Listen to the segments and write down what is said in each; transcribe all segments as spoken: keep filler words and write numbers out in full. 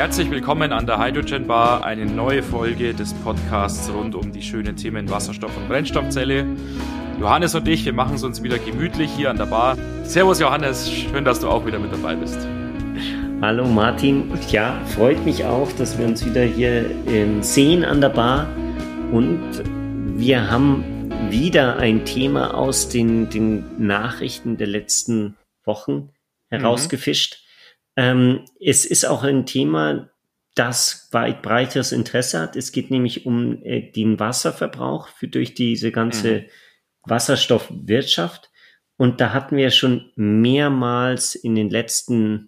Herzlich willkommen an der Hydrogen Bar, eine neue Folge des Podcasts rund um die schönen Themen Wasserstoff und Brennstoffzelle. Johannes und ich, wir machen es uns wieder gemütlich hier an der Bar. Servus Johannes, schön, dass du auch wieder mit dabei bist. Hallo Martin, ja, freut mich auch, dass wir uns wieder hier ähm, sehen an der Bar und wir haben wieder ein Thema aus den, den Nachrichten der letzten Wochen herausgefischt. Mhm. Ähm, es ist auch ein Thema, das weit breiteres Interesse hat. Es geht nämlich um äh, den Wasserverbrauch für durch diese ganze mhm. Wasserstoffwirtschaft. Und da hatten wir schon mehrmals in den letzten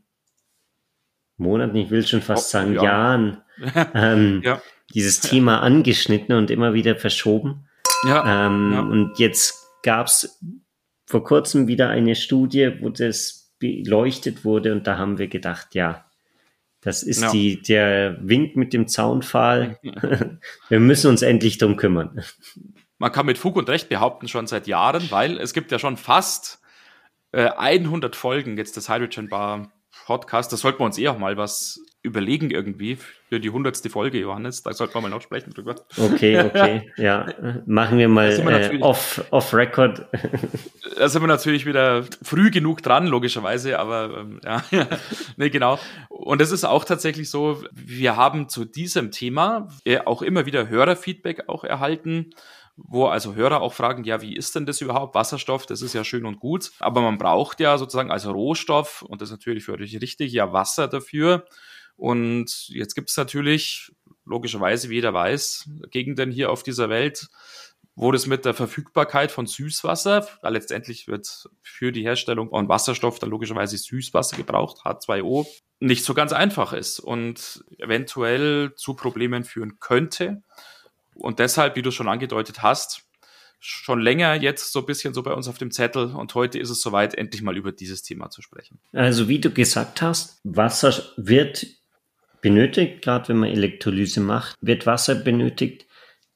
Monaten, ich will schon fast oh, sagen ja. Jahren, ähm, ja. dieses Thema angeschnitten und immer wieder verschoben. Ja. Ähm, ja. Und jetzt gab es vor kurzem wieder eine Studie, wo das beleuchtet wurde und da haben wir gedacht, ja, das ist ja. die der Wink mit dem Zaunpfahl. Wir müssen uns endlich drum kümmern. Man kann mit Fug und Recht behaupten, schon seit Jahren, weil es gibt ja schon fast äh, hundert Folgen jetzt des Hydrogen Bar Podcast. Da sollten wir uns eh auch mal was überlegen irgendwie für die hundertste Folge, Johannes. Da sollten wir mal noch sprechen drüber. Okay, okay, ja. Machen wir mal wir äh, off, off Record. Da sind wir natürlich wieder früh genug dran, logischerweise, aber ähm, ja, nee, genau. Und es ist auch tatsächlich so, wir haben zu diesem Thema äh, auch immer wieder Hörerfeedback auch erhalten, wo also Hörer auch fragen, ja, wie ist denn das überhaupt? Wasserstoff, das ist ja schön und gut, aber man braucht ja sozusagen als Rohstoff, und das ist natürlich für euch richtig, ja Wasser dafür. Und jetzt gibt es natürlich, logischerweise, wie jeder weiß, Gegenden hier auf dieser Welt, wo das mit der Verfügbarkeit von Süßwasser, da letztendlich wird für die Herstellung von Wasserstoff dann logischerweise Süßwasser gebraucht, H zwei O, nicht so ganz einfach ist und eventuell zu Problemen führen könnte. Und deshalb, wie du schon angedeutet hast, schon länger jetzt so ein bisschen so bei uns auf dem Zettel und heute ist es soweit, endlich mal über dieses Thema zu sprechen. Also wie du gesagt hast, Wasser wird benötigt, gerade wenn man Elektrolyse macht, wird Wasser benötigt.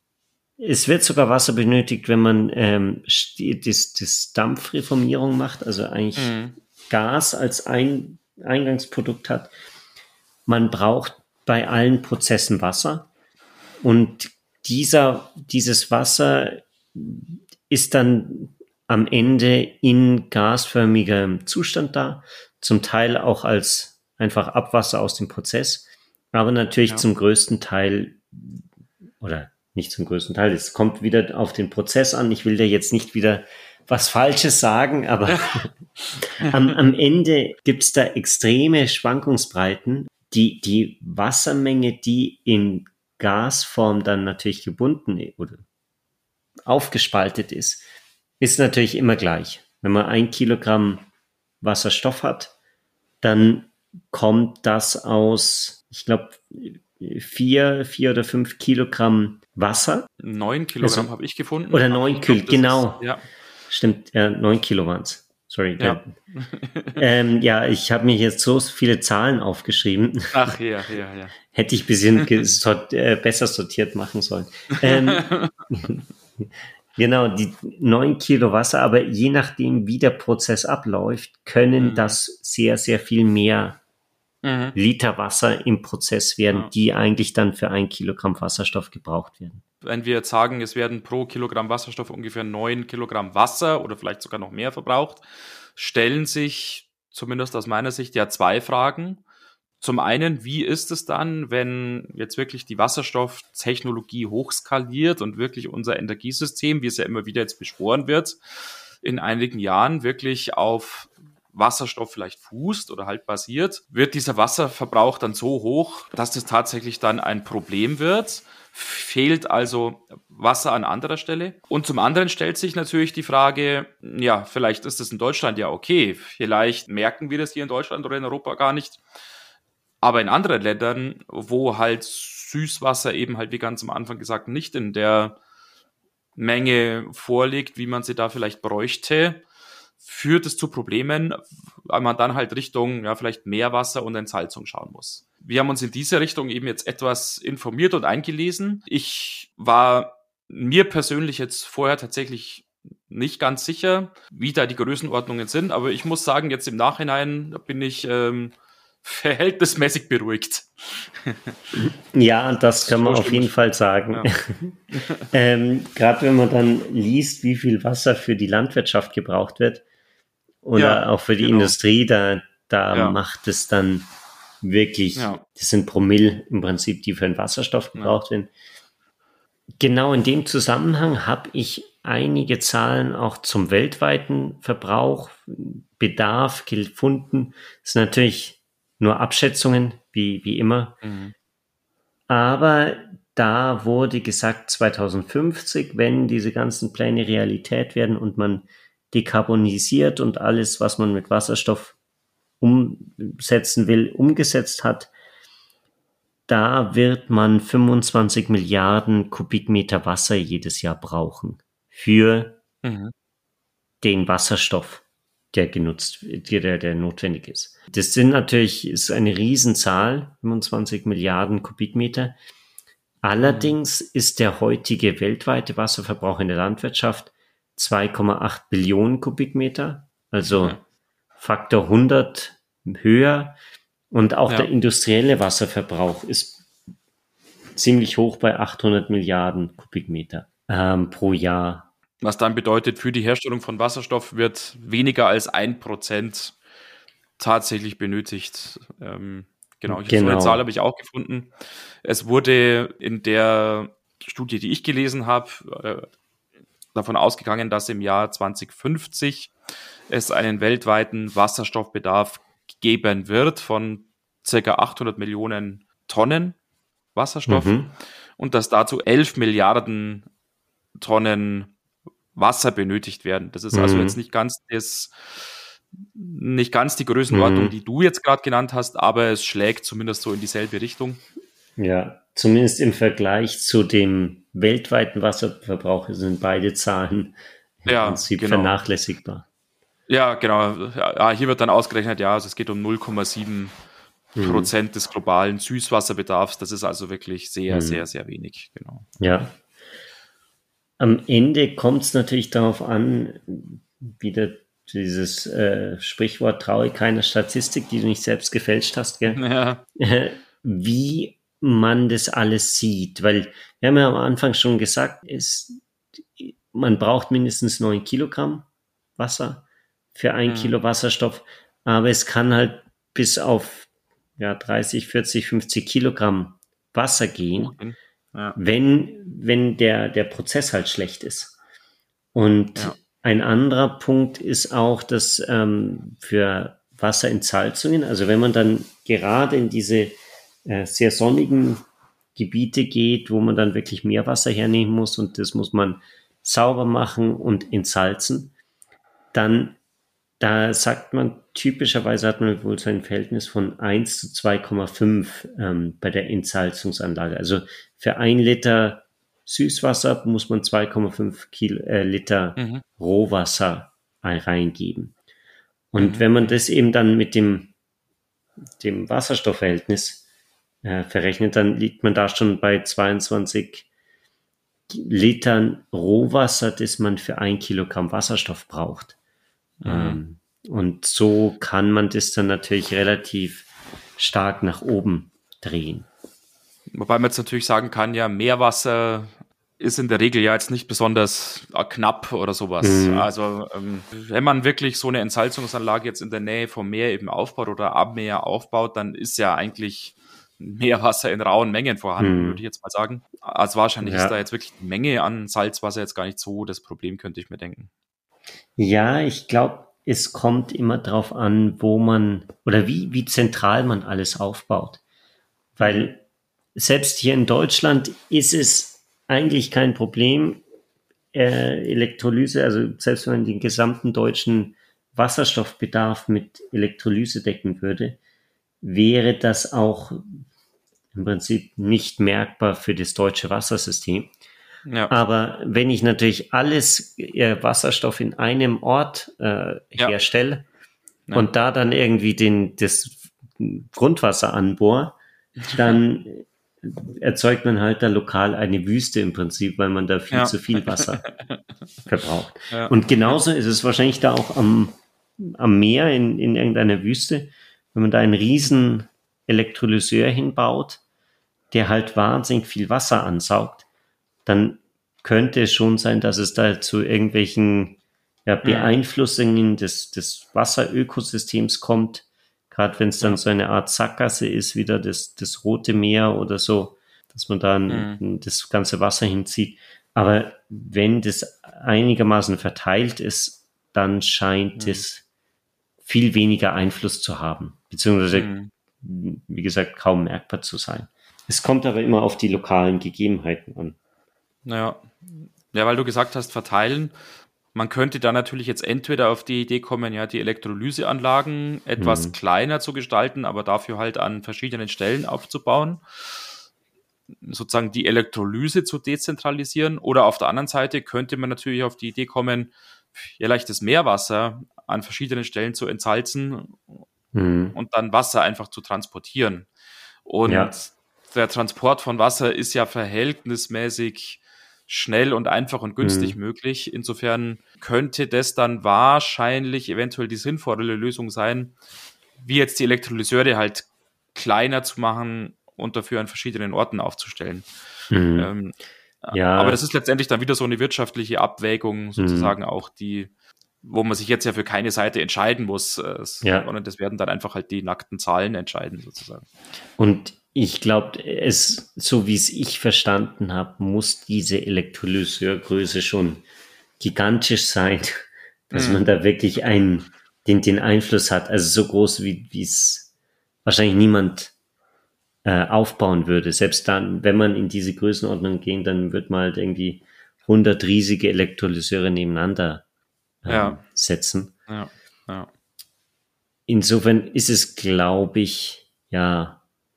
Es wird sogar Wasser benötigt, wenn man ähm, das, das Dampfreformierung macht, also eigentlich mhm. Gas als ein, Eingangsprodukt hat. Man braucht bei allen Prozessen Wasser und dieser, dieses Wasser ist dann am Ende in gasförmigem Zustand da, zum Teil auch als einfach Abwasser aus dem Prozess, aber natürlich ja. zum größten Teil, oder nicht zum größten Teil, es kommt wieder auf den Prozess an, ich will da jetzt nicht wieder was Falsches sagen, aber am, am Ende gibt es da extreme Schwankungsbreiten. Die, die Wassermenge, die in Gasform dann natürlich gebunden oder aufgespaltet ist, ist natürlich immer gleich. Wenn man ein Kilogramm Wasserstoff hat, dann kommt das aus, ich glaube, vier, vier oder fünf Kilogramm Wasser. Neun Kilogramm also, habe ich gefunden. Oder neun Kilogramm, genau. Ist, ja. Stimmt, ja, neun Kilo waren es. Sorry. Ja, ähm, ja ich habe mir jetzt so viele Zahlen aufgeschrieben. Ach ja, ja, ja. Hätte ich ein bisschen gesort, äh, besser sortiert machen sollen. Ähm, genau, die neun Kilo Wasser, aber je nachdem, wie der Prozess abläuft, können mhm. das sehr, sehr viel mehr mhm. Liter Wasser im Prozess werden, ja. die eigentlich dann für ein Kilogramm Wasserstoff gebraucht werden. Wenn wir jetzt sagen, es werden pro Kilogramm Wasserstoff ungefähr neun Kilogramm Wasser oder vielleicht sogar noch mehr verbraucht, stellen sich zumindest aus meiner Sicht ja zwei Fragen. Zum einen, wie ist es dann, wenn jetzt wirklich die Wasserstofftechnologie hochskaliert und wirklich unser Energiesystem, wie es ja immer wieder jetzt beschworen wird, in einigen Jahren wirklich auf Wasserstoff vielleicht fußt oder halt basiert, wird dieser Wasserverbrauch dann so hoch, dass das tatsächlich dann ein Problem wird? Fehlt also Wasser an anderer Stelle? Und zum anderen stellt sich natürlich die Frage, ja, vielleicht ist das in Deutschland ja okay, vielleicht merken wir das hier in Deutschland oder in Europa gar nicht, aber in anderen Ländern, wo halt Süßwasser eben halt, wie ganz am Anfang gesagt, nicht in der Menge vorliegt, wie man sie da vielleicht bräuchte, führt es zu Problemen, weil man dann halt Richtung, ja, vielleicht Meerwasser und Entsalzung schauen muss. Wir haben uns in diese Richtung eben jetzt etwas informiert und eingelesen. Ich war mir persönlich jetzt vorher tatsächlich nicht ganz sicher, wie da die Größenordnungen sind, aber ich muss sagen, jetzt im Nachhinein bin ich ähm, verhältnismäßig beruhigt. Ja, das kann man auf jeden Fall sagen. Ja. ähm, Gerade wenn man dann liest, wie viel Wasser für die Landwirtschaft gebraucht wird oder ja, auch für die genau. Industrie, da, da ja. macht es dann wirklich, ja. das sind Promille im Prinzip, die für den Wasserstoff gebraucht ja. werden. Genau in dem Zusammenhang habe ich einige Zahlen auch zum weltweiten Verbrauch, Bedarf gefunden. Das sind natürlich nur Abschätzungen, wie, wie immer. Mhm. Aber da wurde gesagt, zweitausendfünfzig, wenn diese ganzen Pläne Realität werden und man dekarbonisiert und alles, was man mit Wasserstoff umsetzen will, umgesetzt hat, da wird man fünfundzwanzig Milliarden Kubikmeter Wasser jedes Jahr brauchen für mhm. den Wasserstoff, der genutzt, der, der notwendig ist. Das sind natürlich, ist eine Riesenzahl, fünfundzwanzig Milliarden Kubikmeter. Allerdings mhm. ist der heutige weltweite Wasserverbrauch in der Landwirtschaft zwei Komma acht Billionen Kubikmeter, also mhm. Faktor hundert höher. Und auch ja. der industrielle Wasserverbrauch ist ziemlich hoch bei achthundert Milliarden Kubikmeter ähm, pro Jahr. Was dann bedeutet, für die Herstellung von Wasserstoff wird weniger als ein Prozent tatsächlich benötigt. Ähm, genau, genau. So eine Zahl habe ich auch gefunden. Es wurde in der Studie, die ich gelesen habe, äh, davon ausgegangen, dass im Jahr zwanzig fünfzig es einen weltweiten Wasserstoffbedarf geben wird von ca. achthundert Millionen Tonnen Wasserstoff mhm. und dass dazu elf Milliarden Tonnen Wasser benötigt werden. Das ist mhm. also jetzt nicht ganz das, nicht ganz die Größenordnung, mhm. die du jetzt gerade genannt hast, aber es schlägt zumindest so in dieselbe Richtung. Ja, zumindest im Vergleich zu dem weltweiten Wasserverbrauch sind beide Zahlen im ja, Prinzip genau. vernachlässigbar. Ja, genau. Ja, hier wird dann ausgerechnet, ja, also es geht um null Komma sieben mhm. Prozent des globalen Süßwasserbedarfs. Das ist also wirklich sehr, mhm. sehr, sehr wenig. Genau. Ja. Am Ende kommt es natürlich darauf an, wieder dieses äh, Sprichwort, traue keiner Statistik, die du nicht selbst gefälscht hast, gell? Ja. Wie man das alles sieht. Weil wir haben ja am Anfang schon gesagt, es, man braucht mindestens neun Kilogramm Wasser für ein mhm. Kilo Wasserstoff, aber es kann halt bis auf ja, dreißig, vierzig, fünfzig Kilogramm Wasser gehen, okay. ja. wenn, wenn der, der Prozess halt schlecht ist. Und ja. ein anderer Punkt ist auch, dass ähm, für Wasserentsalzungen, also wenn man dann gerade in diese äh, sehr sonnigen Gebiete geht, wo man dann wirklich mehr Wasser hernehmen muss und das muss man sauber machen und entsalzen, dann da sagt man, typischerweise hat man wohl so ein Verhältnis von eins zu zwei Komma fünf ähm, bei der Entsalzungsanlage. Also für ein Liter Süßwasser muss man zwei Komma fünf Kilo, äh, Liter mhm. Rohwasser reingeben. Und mhm. wenn man das eben dann mit dem, dem Wasserstoffverhältnis äh, verrechnet, dann liegt man da schon bei zweiundzwanzig Litern Rohwasser, das man für ein Kilogramm Wasserstoff braucht. Mhm. Ähm, und so kann man das dann natürlich relativ stark nach oben drehen. Wobei man jetzt natürlich sagen kann, ja, Meerwasser ist in der Regel ja jetzt nicht besonders knapp oder sowas. Mhm. Also ähm, wenn man wirklich so eine Entsalzungsanlage jetzt in der Nähe vom Meer eben aufbaut oder am Meer aufbaut, dann ist ja eigentlich Meerwasser in rauen Mengen vorhanden, mhm. würde ich jetzt mal sagen. Also wahrscheinlich ja. ist da jetzt wirklich die Menge an Salzwasser jetzt gar nicht so das Problem, könnte ich mir denken. Ja, ich glaube, es kommt immer drauf an, wo man oder wie, wie zentral man alles aufbaut. Weil selbst hier in Deutschland ist es eigentlich kein Problem, äh, Elektrolyse, also selbst wenn man den gesamten deutschen Wasserstoffbedarf mit Elektrolyse decken würde, wäre das auch im Prinzip nicht merkbar für das deutsche Wassersystem. Ja. Aber wenn ich natürlich alles äh, Wasserstoff in einem Ort äh, ja. herstelle ja. und da dann irgendwie den, das Grundwasser anbohre, dann erzeugt man halt da lokal eine Wüste im Prinzip, weil man da viel ja. zu viel Wasser verbraucht. Ja. Und genauso ist es wahrscheinlich da auch am, am Meer in, in irgendeiner Wüste, wenn man da einen riesen Elektrolyseur hinbaut, der halt wahnsinnig viel Wasser ansaugt, dann könnte es schon sein, dass es da zu irgendwelchen ja, Beeinflussungen des, des Wasserökosystems kommt, gerade wenn es dann ja. so eine Art Sackgasse ist, wieder das, das Rote Meer oder so, dass man dann mhm. das ganze Wasser hinzieht. Aber wenn das einigermaßen verteilt ist, dann scheint mhm. es viel weniger Einfluss zu haben, beziehungsweise, mhm. wie gesagt, kaum merkbar zu sein. Es kommt aber immer auf die lokalen Gegebenheiten an. Naja, ja, weil du gesagt hast, verteilen. Man könnte da natürlich jetzt entweder auf die Idee kommen, ja, die Elektrolyseanlagen etwas mhm. kleiner zu gestalten, aber dafür halt an verschiedenen Stellen aufzubauen, sozusagen die Elektrolyse zu dezentralisieren. Oder auf der anderen Seite könnte man natürlich auf die Idee kommen, vielleicht das Meerwasser an verschiedenen Stellen zu entsalzen mhm. und dann Wasser einfach zu transportieren. Und ja. der Transport von Wasser ist ja verhältnismäßig schnell und einfach und günstig mhm. möglich. Insofern könnte das dann wahrscheinlich eventuell die sinnvolle Lösung sein, wie jetzt die Elektrolyseure halt kleiner zu machen und dafür an verschiedenen Orten aufzustellen. Mhm. Ähm, ja. Aber das ist letztendlich dann wieder so eine wirtschaftliche Abwägung sozusagen mhm. auch, die, wo man sich jetzt ja für keine Seite entscheiden muss, äh, ja. sondern das werden dann einfach halt die nackten Zahlen entscheiden sozusagen. Und ich glaube, es, so wie es ich verstanden habe, muss diese Elektrolyseurgröße schon gigantisch sein, dass mhm. man da wirklich einen, den, den Einfluss hat. Also so groß, wie wie es wahrscheinlich niemand äh, aufbauen würde. Selbst dann, wenn man in diese Größenordnung geht, dann wird man halt irgendwie hundert riesige Elektrolyseure nebeneinander äh, ja. setzen. Ja. Ja. Insofern ist es, glaube ich, ja,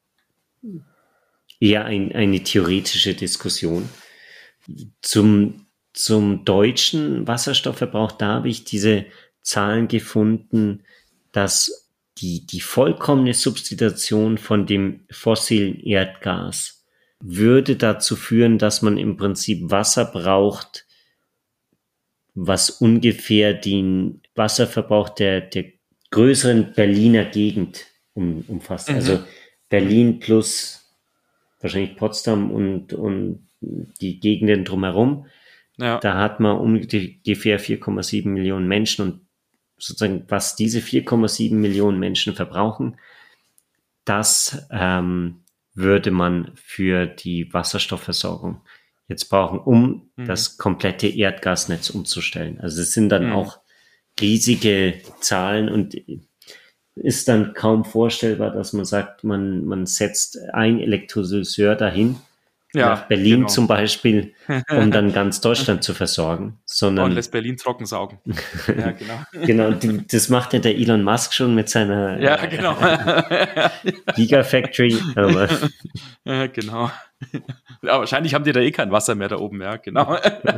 eher ein, eine theoretische Diskussion. Zum, zum deutschen Wasserstoffverbrauch, da habe ich diese Zahlen gefunden, dass die, die vollkommene Substitution von dem fossilen Erdgas würde dazu führen, dass man im Prinzip Wasser braucht, was ungefähr den Wasserverbrauch der, der größeren Berliner Gegend um, umfasst. Mhm. Also Berlin plus wahrscheinlich Potsdam und, und die Gegenden drumherum. Ja. Da hat man ungefähr vier Komma sieben Millionen Menschen und sozusagen, was diese vier Komma sieben Millionen Menschen verbrauchen, das ähm, würde man für die Wasserstoffversorgung jetzt brauchen, um mhm. das komplette Erdgasnetz umzustellen. Also es sind dann mhm. auch riesige Zahlen und ist dann kaum vorstellbar, dass man sagt, man, man setzt ein Elektrolyseur dahin, ja, nach Berlin genau. zum Beispiel, um dann ganz Deutschland zu versorgen, sondern und lässt Berlin trocken saugen. Ja, genau. Genau, das macht ja der Elon Musk schon mit seiner ja, genau. Gigafactory. Aber ja, genau. Ja, wahrscheinlich haben die da eh kein Wasser mehr da oben, ja, genau.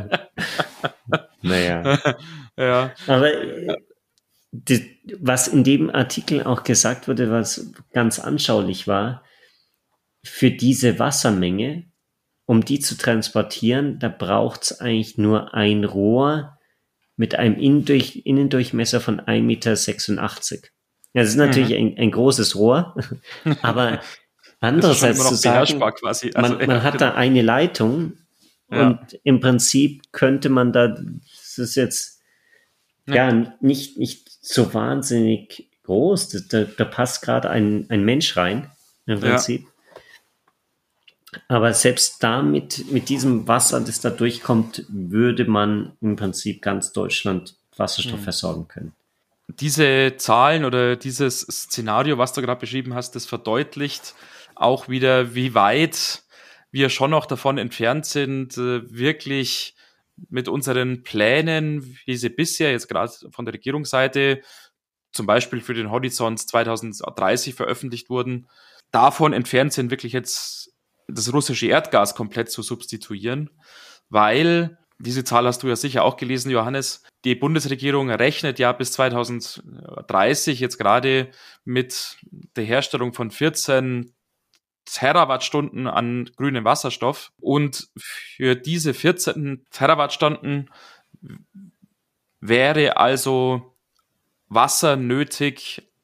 Naja. Ja. Aber die, was in dem Artikel auch gesagt wurde, was ganz anschaulich war, für diese Wassermenge, um die zu transportieren, da braucht es eigentlich nur ein Rohr mit einem Innendurch- Innendurchmesser von ein Meter sechsundachtzig. Ja, das ist natürlich mhm. ein, ein großes Rohr, aber andererseits zu sagen, quasi. Also, man, man ja, hat genau. da eine Leitung ja. und im Prinzip könnte man da, das ist jetzt ja, ja nicht, nicht so wahnsinnig groß, das, da, da passt gerade ein, ein Mensch rein, im Prinzip. Ja. Aber selbst damit, mit diesem Wasser, das da durchkommt, würde man im Prinzip ganz Deutschland Wasserstoff mhm. versorgen können. Diese Zahlen oder dieses Szenario, was du gerade beschrieben hast, das verdeutlicht auch wieder, wie weit wir schon noch davon entfernt sind, wirklich mit unseren Plänen, wie sie bisher jetzt gerade von der Regierungsseite zum Beispiel für den Horizont zwanzig dreißig veröffentlicht wurden, davon entfernt sind, wirklich jetzt das russische Erdgas komplett zu substituieren, weil, diese Zahl hast du ja sicher auch gelesen, Johannes, die Bundesregierung rechnet ja bis zwanzig dreißig jetzt gerade mit der Herstellung von vierzehn Terawattstunden an grünem Wasserstoff und für diese vierzehn Terawattstunden wäre also Wasser nötig,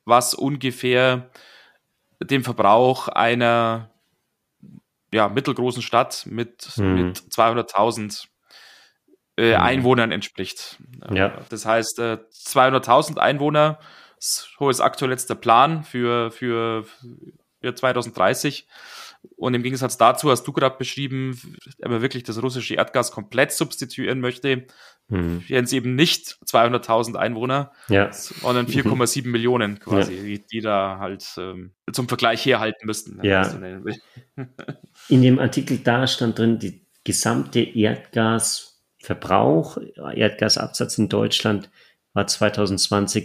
was ungefähr dem Verbrauch einer ja, mittelgroßen Stadt mit, hm. mit zweihunderttausend äh, hm. Einwohnern entspricht. Ja. Das heißt, äh, zweihunderttausend Einwohner, so ist aktuell jetzt der Plan für, für, für zwanzig dreißig. Und im Gegensatz dazu hast du gerade beschrieben, wenn man wirklich das russische Erdgas komplett substituieren möchte, hm. wären es eben nicht zweihunderttausend Einwohner, ja. sondern vier Komma sieben mhm. Millionen quasi, ja. die, die da halt ähm, zum Vergleich herhalten müssten. Ja. So nennen will. In dem Artikel da stand drin, die gesamte Erdgasverbrauch, Erdgasabsatz in Deutschland war zwanzig zwanzig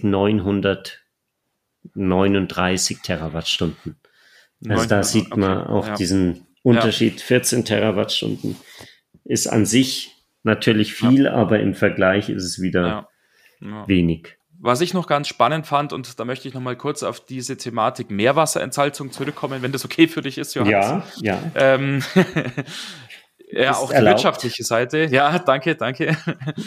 neunhundertneununddreißig Terawattstunden. Also da sieht okay. man auch ja. diesen Unterschied, ja. vierzehn Terawattstunden ist an sich natürlich viel, ja. aber im Vergleich ist es wieder ja. Ja. wenig. Was ich noch ganz spannend fand, und da möchte ich noch mal kurz auf diese Thematik Meerwasserentsalzung zurückkommen, wenn das okay für dich ist, Johannes. Ja, ja. Ähm, ja, auch die erlaubt. wirtschaftliche Seite. Ja, danke, danke.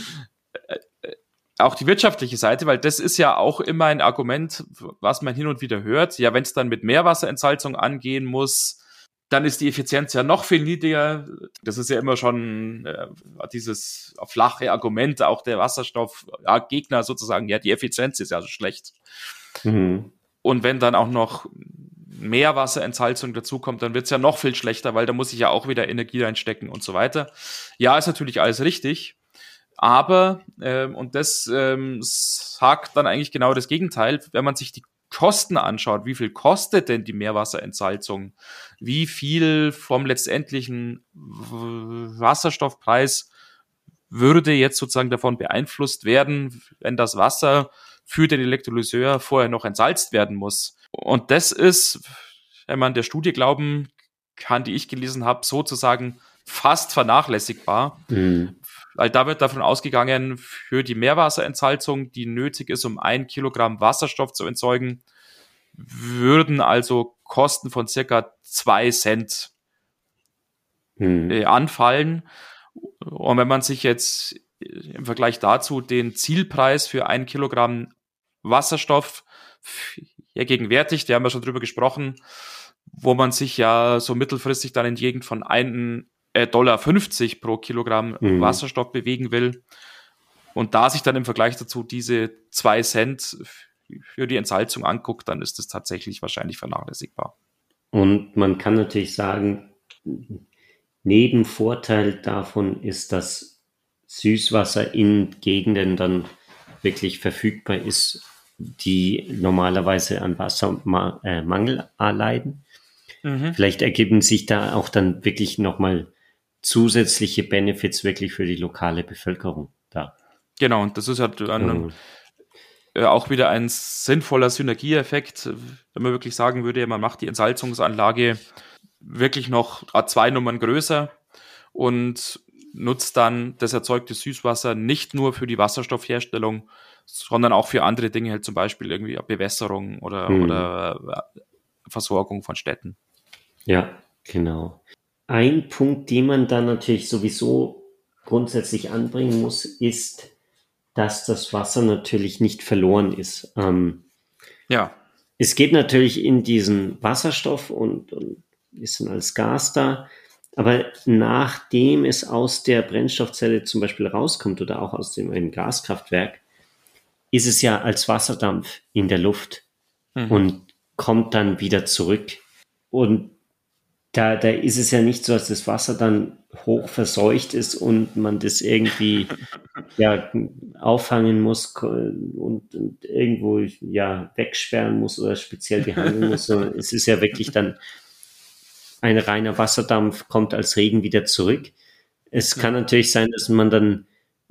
Auch die wirtschaftliche Seite, weil das ist ja auch immer ein Argument, was man hin und wieder hört. Ja, wenn es dann mit Meerwasserentsalzung angehen muss, dann ist die Effizienz ja noch viel niedriger. Das ist ja immer schon äh, dieses flache Argument, auch der Wasserstoffgegner ja, sozusagen, ja, die Effizienz ist ja so schlecht. Mhm. Und wenn dann auch noch Meerwasserentsalzung dazukommt, dann wird es ja noch viel schlechter, weil da muss ich ja auch wieder Energie reinstecken und so weiter. Ja, ist natürlich alles richtig. Aber, ähm, und das ähm, sagt dann eigentlich genau das Gegenteil, wenn man sich die Kosten anschaut, wie viel kostet denn die Meerwasserentsalzung? Wie viel vom letztendlichen Wasserstoffpreis würde jetzt sozusagen davon beeinflusst werden, wenn das Wasser für den Elektrolyseur vorher noch entsalzt werden muss? Und das ist, wenn man der Studie glauben kann, die ich gelesen habe, sozusagen fast vernachlässigbar. Mhm. Weil da wird davon ausgegangen, für die Meerwasserentsalzung, die nötig ist, um ein Kilogramm Wasserstoff zu erzeugen, würden also Kosten von circa zwei Cent hm. äh, anfallen. Und wenn man sich jetzt im Vergleich dazu den Zielpreis für ein Kilogramm Wasserstoff ja, gegenwärtigt, wir haben ja schon drüber gesprochen, wo man sich ja so mittelfristig dann in die Gegend von ein Dollar fünfzig pro Kilogramm mhm. Wasserstoff bewegen will und da sich dann im Vergleich dazu diese zwei Cent für die Entsalzung anguckt, dann ist das tatsächlich wahrscheinlich vernachlässigbar. Und man kann natürlich sagen, Nebenvorteil davon ist, dass Süßwasser in Gegenden dann wirklich verfügbar ist, die normalerweise an Wassermangel erleiden. Mhm. Vielleicht ergeben sich da auch dann wirklich nochmal zusätzliche Benefits wirklich für die lokale Bevölkerung da. Genau, und das ist halt ein, mhm. äh, auch wieder ein sinnvoller Synergieeffekt, wenn man wirklich sagen würde, man macht die Entsalzungsanlage wirklich noch zwei Nummern größer und nutzt dann das erzeugte Süßwasser nicht nur für die Wasserstoffherstellung, sondern auch für andere Dinge, halt zum Beispiel irgendwie Bewässerung oder, mhm. oder Versorgung von Städten. Ja, genau. Ein Punkt, den man dann natürlich sowieso grundsätzlich anbringen muss, ist, dass das Wasser natürlich nicht verloren ist. Ähm, ja. Es geht natürlich in diesen Wasserstoff und, und ist dann als Gas da, aber nachdem es aus der Brennstoffzelle zum Beispiel rauskommt oder auch aus dem einem Gaskraftwerk, ist es ja als Wasserdampf in der Luft mhm. und kommt dann wieder zurück. Und Da, da ist es ja nicht so, dass das Wasser dann hoch verseucht ist und man das irgendwie ja, auffangen muss und, und irgendwo ja, wegsperren muss oder speziell behandeln muss, sondern es ist ja wirklich dann ein reiner Wasserdampf, kommt als Regen wieder zurück. Es kann natürlich sein, dass man dann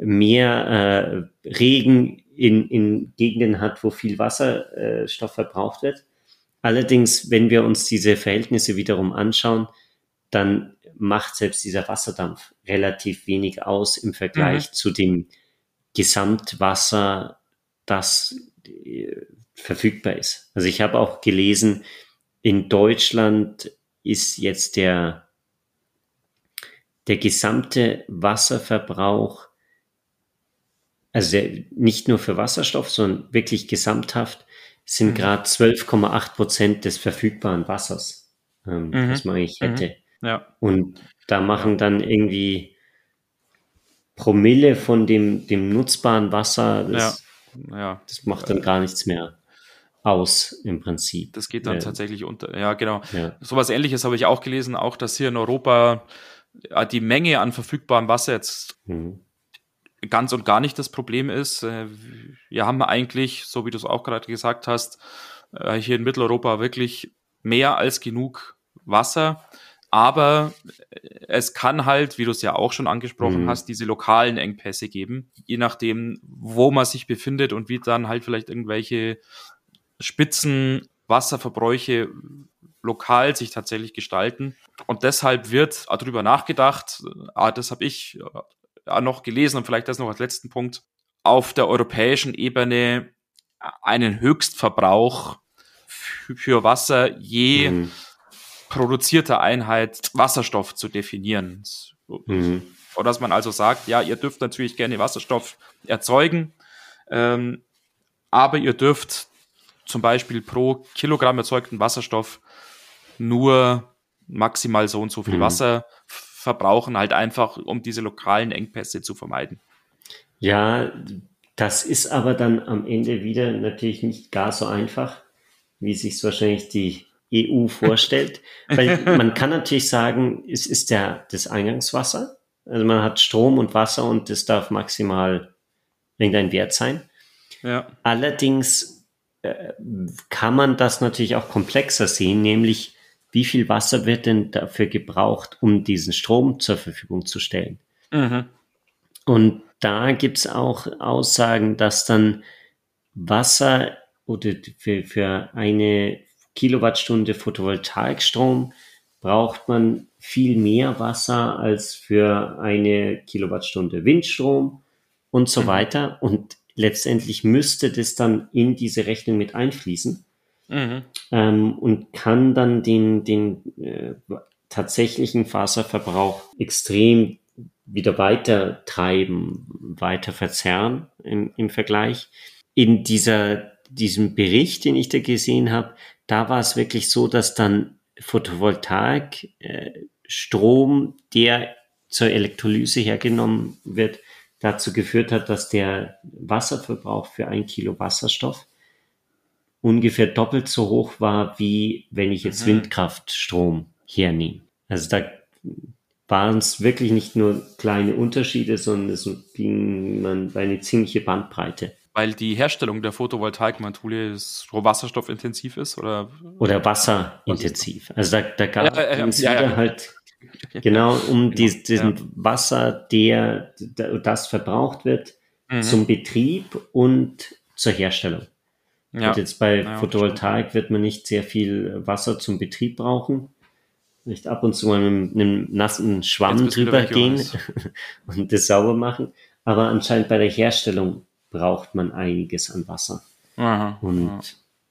mehr äh, Regen in, in Gegenden hat, wo viel Wasserstoff verbraucht wird. Allerdings, wenn wir uns diese Verhältnisse wiederum anschauen, dann macht selbst dieser Wasserdampf relativ wenig aus im Vergleich mhm. zu dem Gesamtwasser, das äh, verfügbar ist. Also ich habe auch gelesen, in Deutschland ist jetzt der, der gesamte Wasserverbrauch, also der, nicht nur für Wasserstoff, sondern wirklich gesamthaft, sind Mhm. gerade zwölf Komma acht Prozent des verfügbaren Wassers, ähm, Mhm. was man eigentlich hätte. Mhm. Ja. Und da machen Ja. dann irgendwie Promille von dem, dem nutzbaren Wasser, das, Ja. Ja. das macht dann gar nichts mehr aus im Prinzip. Das geht dann Äh, tatsächlich unter. Ja, genau. ja. Sowas Ähnliches habe ich auch gelesen, auch dass hier in Europa ja, die Menge an verfügbarem Wasser jetzt Mhm. ganz und gar nicht das Problem ist. Äh, Wir haben eigentlich, so wie du es auch gerade gesagt hast, äh, hier in Mitteleuropa wirklich mehr als genug Wasser. Aber es kann halt, wie du es ja auch schon angesprochen Mhm. hast, diese lokalen Engpässe geben, je nachdem, wo man sich befindet und wie dann halt vielleicht irgendwelche Spitzenwasserverbräuche lokal sich tatsächlich gestalten. Und deshalb wird darüber nachgedacht, ah, das habe ich ja, noch gelesen und vielleicht das noch als letzten Punkt, auf der europäischen Ebene einen Höchstverbrauch für Wasser je Mhm. produzierter Einheit Wasserstoff zu definieren. Mhm. Oder dass man also sagt, ja, ihr dürft natürlich gerne Wasserstoff erzeugen, ähm, aber ihr dürft zum Beispiel pro Kilogramm erzeugten Wasserstoff nur maximal so und so viel Mhm. Wasser verbrauchen, halt einfach, um diese lokalen Engpässe zu vermeiden. Ja, das ist aber dann am Ende wieder natürlich nicht gar so einfach, wie sich wahrscheinlich die E U vorstellt. Weil man kann natürlich sagen, es ist der, das Eingangswasser. Also man hat Strom und Wasser und das darf maximal irgendein Wert sein. Ja. Allerdings äh, kann man das natürlich auch komplexer sehen, nämlich wie viel Wasser wird denn dafür gebraucht, um diesen Strom zur Verfügung zu stellen. Mhm. Und da gibt's auch Aussagen, dass dann Wasser oder für, für eine Kilowattstunde Photovoltaikstrom braucht man viel mehr Wasser als für eine Kilowattstunde Windstrom und so Mhm. weiter. Und letztendlich müsste das dann in diese Rechnung mit einfließen Mhm. ähm, und kann dann den, den äh, tatsächlichen Wasserverbrauch extrem wieder weiter treiben, weiter verzerren im, im Vergleich. In dieser, diesem Bericht, den ich da gesehen habe, da war es wirklich so, dass dann Photovoltaik äh, Strom, der zur Elektrolyse hergenommen wird, dazu geführt hat, dass der Wasserverbrauch für ein Kilo Wasserstoff ungefähr doppelt so hoch war, wie wenn ich jetzt Mhm. Windkraftstrom hernehme. Also da waren es wirklich nicht nur kleine Unterschiede, sondern es ging man bei eine ziemliche Bandbreite. Weil die Herstellung der Photovoltaikmodule so wasserstoffintensiv ist, oder? Oder wasserintensiv. Also da, da Ja, äh, ging es ja, ja, wieder genau. halt genau um Genau. dies, diesen Ja. Wasser, der, der das verbraucht wird Mhm. zum Betrieb und zur Herstellung. Ja. Und jetzt bei Ja, Photovoltaik wird man nicht sehr viel Wasser zum Betrieb brauchen. Nicht ab und zu mal mit einem nassen Schwamm Jetzt bist du wieder drüber weg, gehen Johannes. und das sauber machen. Aber anscheinend bei der Herstellung braucht man einiges an Wasser. Aha, Und ja.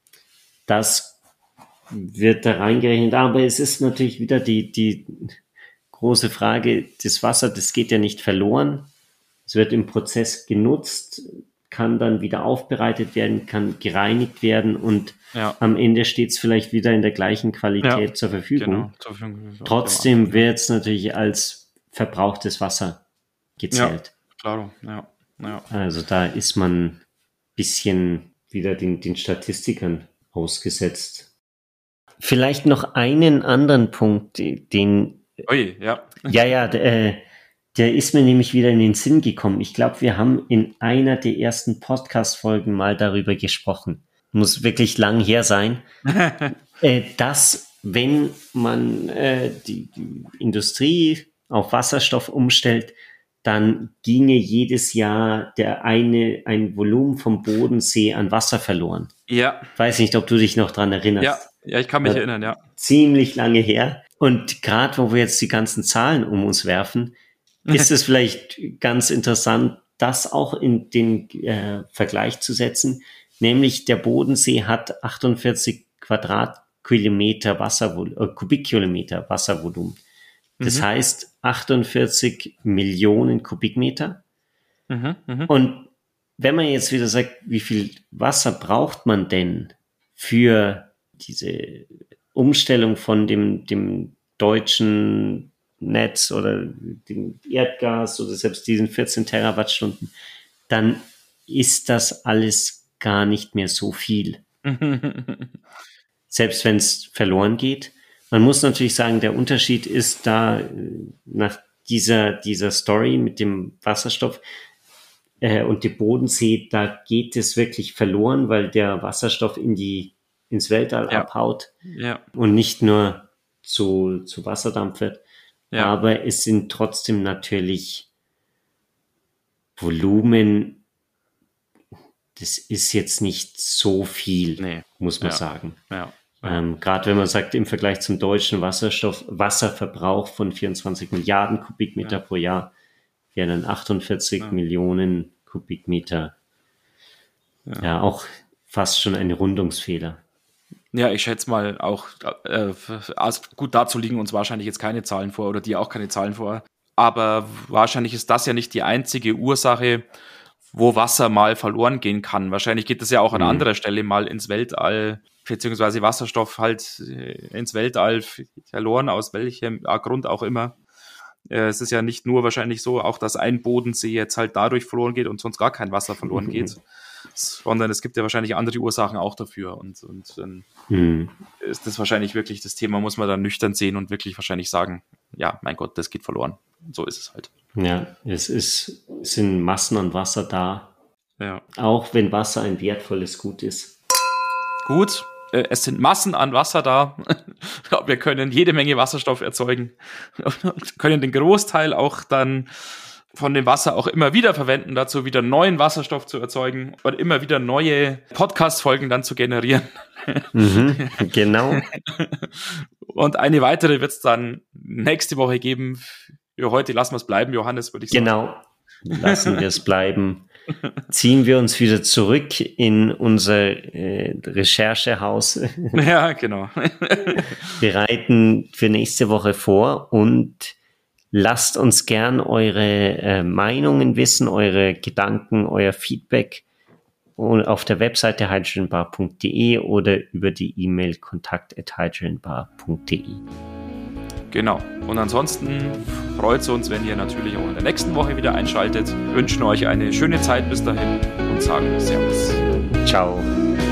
das wird da reingerechnet. Aber es ist natürlich wieder die, die große Frage, das Wasser, das geht ja nicht verloren. Es wird im Prozess genutzt, kann dann wieder aufbereitet werden, kann gereinigt werden und Ja. am Ende steht es vielleicht wieder in der gleichen Qualität Ja, zur Verfügung. Genau. Zur Verfügung. Trotzdem wird es natürlich als verbrauchtes Wasser gezählt. Ja, klar. Ja. Ja. Also da ist man ein bisschen wieder den, den Statistikern ausgesetzt. Vielleicht noch einen anderen Punkt, den, Ui, ja. ja, ja, äh, der ist mir nämlich wieder in den Sinn gekommen. Ich glaube, wir haben in einer der ersten Podcast-Folgen mal darüber gesprochen. Muss wirklich lang her sein, äh, dass wenn man äh, die, die Industrie auf Wasserstoff umstellt, dann ginge jedes Jahr der eine, ein Volumen vom Bodensee an Wasser verloren. Ja. Weiß nicht, ob du dich noch dran erinnerst. Ja, ja, ich kann mich Ja, erinnern, ja. Ziemlich lange her. Und gerade wo wir jetzt die ganzen Zahlen um uns werfen, ist es vielleicht ganz interessant, das auch in den äh, Vergleich zu setzen. Nämlich der Bodensee hat achtundvierzig Quadratkilometer Wasservolumen, äh, Kubikkilometer Wasservolumen. Das Mhm. heißt achtundvierzig Millionen Kubikmeter. Mhm. Mhm. Und wenn man jetzt wieder sagt, wie viel Wasser braucht man denn, für diese Umstellung von dem, dem deutschen Netz oder dem Erdgas oder selbst diesen vierzehn Terawattstunden, dann ist das alles gar nicht mehr so viel. Selbst wenn es verloren geht. Man muss natürlich sagen, der Unterschied ist da nach dieser, dieser Story mit dem Wasserstoff äh, und dem Bodensee, da geht es wirklich verloren, weil der Wasserstoff in die, ins Weltall Ja. abhaut Ja. und nicht nur zu, zu Wasserdampf wird. Ja. Aber es sind trotzdem natürlich Volumen, das ist jetzt nicht so viel, Nee. muss man Ja. sagen. Ja. Ähm, Gerade wenn man sagt, im Vergleich zum deutschen Wasserstoff, Wasserverbrauch von vierundzwanzig Milliarden Kubikmeter Ja. pro Jahr wären dann achtundvierzig Ja. Millionen Kubikmeter. Ja. Ja, auch fast schon ein Rundungsfehler. Ja, ich schätze mal auch, äh, also gut, dazu liegen uns wahrscheinlich jetzt keine Zahlen vor oder dir auch keine Zahlen vor. Aber wahrscheinlich ist das ja nicht die einzige Ursache, wo Wasser mal verloren gehen kann. Wahrscheinlich geht es ja auch an Mhm. anderer Stelle mal ins Weltall, beziehungsweise Wasserstoff halt äh, ins Weltall verloren, aus welchem Grund auch immer. Äh, es ist ja nicht nur wahrscheinlich so, auch dass ein Bodensee jetzt halt dadurch verloren geht und sonst gar kein Wasser verloren geht, sondern es gibt ja wahrscheinlich andere Ursachen auch dafür. Und, und dann Mhm. ist das wahrscheinlich wirklich das Thema, muss man dann nüchtern sehen und wirklich wahrscheinlich sagen, ja, mein Gott, das geht verloren. Und so ist es halt. Ja, es ist, es sind Massen an Wasser da, Ja. auch wenn Wasser ein wertvolles Gut ist. Gut, äh, es sind Massen an Wasser da. Wir können jede Menge Wasserstoff erzeugen und können den Großteil auch dann von dem Wasser auch immer wieder verwenden, dazu wieder neuen Wasserstoff zu erzeugen und immer wieder neue Podcast-Folgen dann zu generieren. Mhm, genau. Und eine weitere wird es dann nächste Woche geben. Für heute lassen wir es bleiben, Johannes, würde ich sagen. Genau. Lassen wir es bleiben. Ziehen wir uns wieder zurück in unser äh, Recherchehaus, Ja, genau. bereiten für nächste Woche vor und lasst uns gern eure äh, Meinungen wissen, eure Gedanken, euer Feedback auf der Webseite hydrogenbar punkt de oder über die E-Mail kontakt at hydrogenbar punkt de. Genau. Und ansonsten freut es uns, wenn ihr natürlich auch in der nächsten Woche wieder einschaltet. Wir wünschen euch eine schöne Zeit bis dahin und sagen Servus. Ciao.